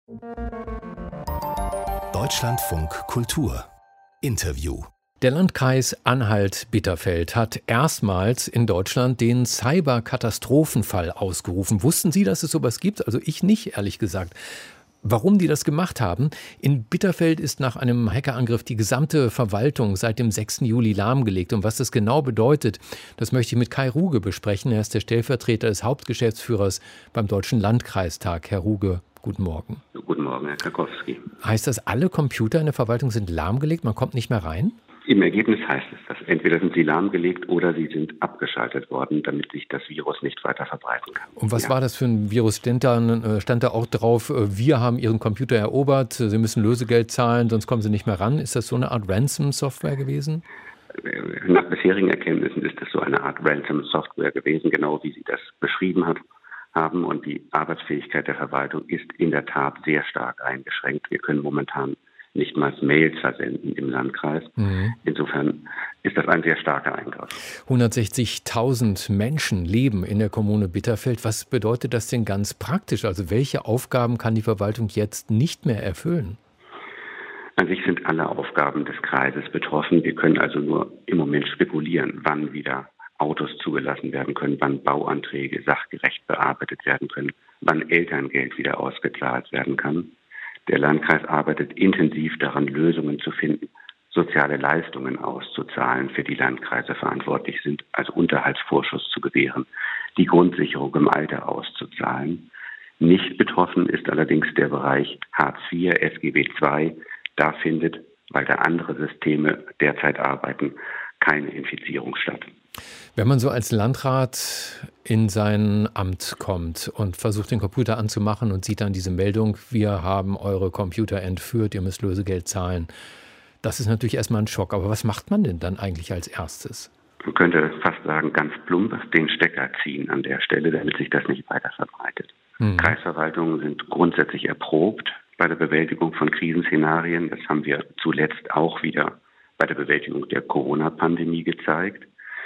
Deutschlandfunk Kultur Interview. Der Landkreis Anhalt-Bitterfeld hat erstmals in Deutschland den Cyber-Katastrophenfall ausgerufen. Wussten Sie, dass es sowas gibt? Also ich nicht, ehrlich gesagt. Warum die das gemacht haben? In Bitterfeld ist nach einem Hackerangriff die gesamte Verwaltung seit dem 6. Juli lahmgelegt. Und was das genau bedeutet, das möchte ich mit Kai Ruge besprechen. Er ist der Stellvertreter des Hauptgeschäftsführers beim Deutschen Landkreistag. Herr Ruge, guten Morgen. Guten Morgen, Herr Krakowski. Heißt das, alle Computer in der Verwaltung sind lahmgelegt? Man kommt nicht mehr rein? Im Ergebnis heißt es, dass entweder sind sie lahmgelegt oder sie sind abgeschaltet worden, damit sich das Virus nicht weiter verbreiten kann. Und was war das für ein Virus? Stand da auch drauf, wir haben Ihren Computer erobert, Sie müssen Lösegeld zahlen, sonst kommen Sie nicht mehr ran? Ist das so eine Art Ransom-Software gewesen? Nach bisherigen Erkenntnissen ist das so eine Art Ransom-Software gewesen, genau wie Sie das beschrieben haben. Und die Arbeitsfähigkeit der Verwaltung ist in der Tat sehr stark eingeschränkt. Wir können momentan nicht mal Mails versenden im Landkreis. Insofern ist das ein sehr starker Eingriff. 160.000 Menschen leben in der Kommune Bitterfeld. Was bedeutet das denn ganz praktisch? Also welche Aufgaben kann die Verwaltung jetzt nicht mehr erfüllen? An sich sind alle Aufgaben des Kreises betroffen. Wir können also nur im Moment spekulieren, wann wieder Autos zugelassen werden können, wann Bauanträge sachgerecht bearbeitet werden können, wann Elterngeld wieder ausgezahlt werden kann. Der Landkreis arbeitet intensiv daran, Lösungen zu finden, soziale Leistungen auszuzahlen, für die Landkreise verantwortlich sind, also Unterhaltsvorschuss zu gewähren, die Grundsicherung im Alter auszuzahlen. Nicht betroffen ist allerdings der Bereich Hartz IV, SGB II. Da findet, weil da andere Systeme derzeit arbeiten, keine Infizierung statt. Wenn man so als Landrat in sein Amt kommt und versucht, den Computer anzumachen und sieht dann diese Meldung, wir haben eure Computer entführt, ihr müsst Lösegeld zahlen. Das ist natürlich erstmal ein Schock. Aber was macht man denn dann eigentlich als erstes? Man könnte fast sagen, ganz plump den Stecker ziehen an der Stelle, damit sich das nicht weiter verbreitet. Kreisverwaltungen sind grundsätzlich erprobt bei der Bewältigung von Krisenszenarien. Das haben wir zuletzt auch wieder bei der Bewältigung der Corona-Pandemie gezeigt.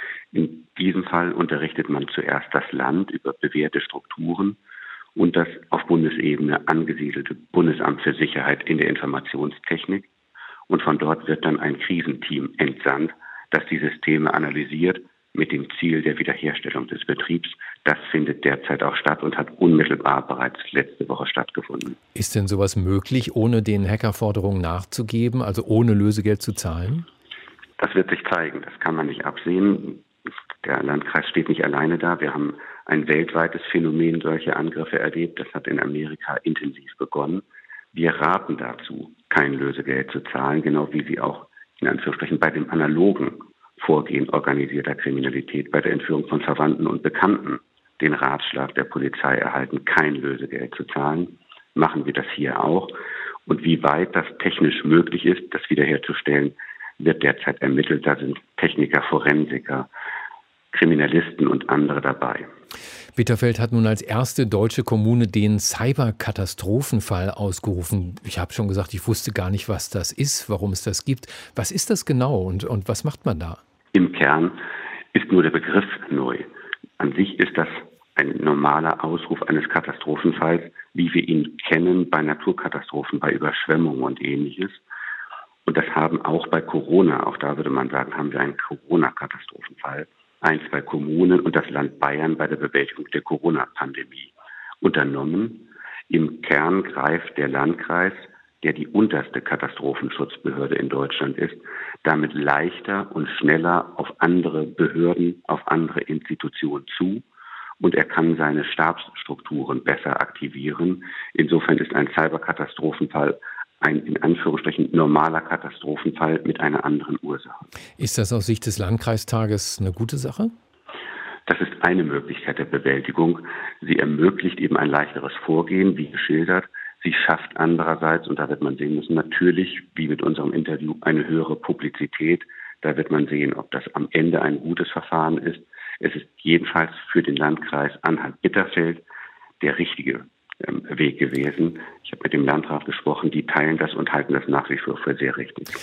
In diesem Fall unterrichtet man zuerst das Land über bewährte Strukturen und das auf Bundesebene angesiedelte Bundesamt für Sicherheit in der Informationstechnik. Und von dort wird dann ein Krisenteam entsandt, das die Systeme analysiert mit dem Ziel der Wiederherstellung des Betriebs. Das findet derzeit auch statt und hat unmittelbar bereits letzte Woche stattgefunden. Ist denn sowas möglich, ohne den Hackerforderungen nachzugeben, also ohne Lösegeld zu zahlen? Das wird sich zeigen. Das kann man nicht absehen. Der Landkreis steht nicht alleine da. Wir haben ein weltweites Phänomen solcher Angriffe erlebt. Das hat in Amerika intensiv begonnen. Wir raten dazu, kein Lösegeld zu zahlen, genau wie Sie auch in Anführungsstrichen bei dem analogen Vorgehen organisierter Kriminalität, bei der Entführung von Verwandten und Bekannten den Ratschlag der Polizei erhalten, kein Lösegeld zu zahlen. Machen wir das hier auch. Und wie weit das technisch möglich ist, das wiederherzustellen, wird derzeit ermittelt. Da sind Techniker, Forensiker, Kriminalisten und andere dabei. Bitterfeld hat nun als erste deutsche Kommune den Cyber-Katastrophenfall ausgerufen. Ich habe schon gesagt, ich wusste gar nicht, was das ist, warum es das gibt. Was ist das genau und was macht man da? Im Kern ist nur der Begriff neu. An sich ist das ein normaler Ausruf eines Katastrophenfalls, wie wir ihn kennen bei Naturkatastrophen, bei Überschwemmungen und Ähnliches. Und das haben auch bei Corona, auch da würde man sagen, haben wir einen Corona-Katastrophenfall. 2 Kommunen und das Land Bayern bei der Bewältigung der Corona-Pandemie unternommen. Im Kern greift der Landkreis, der die unterste Katastrophenschutzbehörde in Deutschland ist, damit leichter und schneller auf andere Behörden, auf andere Institutionen zu. Und er kann seine Stabsstrukturen besser aktivieren. Insofern ist ein Cyberkatastrophenfall ein in Anführungsstrichen normaler Katastrophenfall mit einer anderen Ursache. Ist das aus Sicht des Landkreistages eine gute Sache? Das ist eine Möglichkeit der Bewältigung. Sie ermöglicht eben ein leichteres Vorgehen, wie geschildert. Sie schafft andererseits, und da wird man sehen müssen, natürlich, wie mit unserem Interview, eine höhere Publizität. Da wird man sehen, ob das am Ende ein gutes Verfahren ist. Es ist jedenfalls für den Landkreis Anhalt-Bitterfeld der richtige Weg gewesen. Ich habe mit dem Landrat gesprochen, die teilen das und halten das nach wie vor für sehr richtig.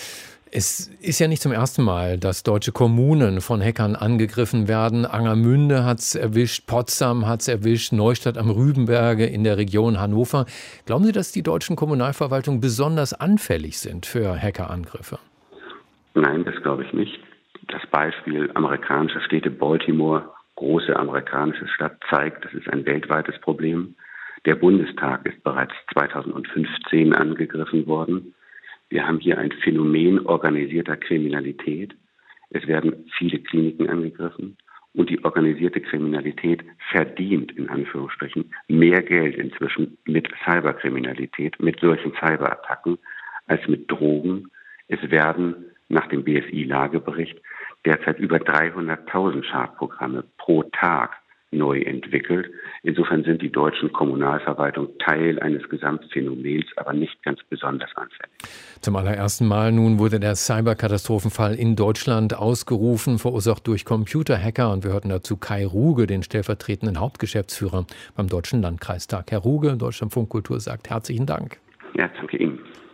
Es ist ja nicht zum ersten Mal, dass deutsche Kommunen von Hackern angegriffen werden. Angermünde hat es erwischt, Potsdam hat es erwischt, Neustadt am Rübenberge in der Region Hannover. Glauben Sie, dass die deutschen Kommunalverwaltungen besonders anfällig sind für Hackerangriffe? Nein, das glaube ich nicht. Das Beispiel amerikanischer Städte Baltimore, große amerikanische Stadt, zeigt, das ist ein weltweites Problem. Der Bundestag ist bereits 2015 angegriffen worden. Wir haben hier ein Phänomen organisierter Kriminalität. Es werden viele Kliniken angegriffen und die organisierte Kriminalität verdient, in Anführungsstrichen, mehr Geld inzwischen mit Cyberkriminalität, mit solchen Cyberattacken, als mit Drogen. Es werden nach dem BSI-Lagebericht derzeit über 300.000 Schadprogramme pro Tag neu entwickelt. Insofern sind die deutschen Kommunalverwaltungen Teil eines Gesamtphänomens, aber nicht ganz besonders anfällig. Zum allerersten Mal nun wurde der Cyberkatastrophenfall in Deutschland ausgerufen, verursacht durch Computerhacker. Und wir hörten dazu Kai Ruge, den stellvertretenden Hauptgeschäftsführer beim Deutschen Landkreistag. Herr Ruge, Deutschlandfunk Kultur sagt herzlichen Dank. Ja, danke Ihnen.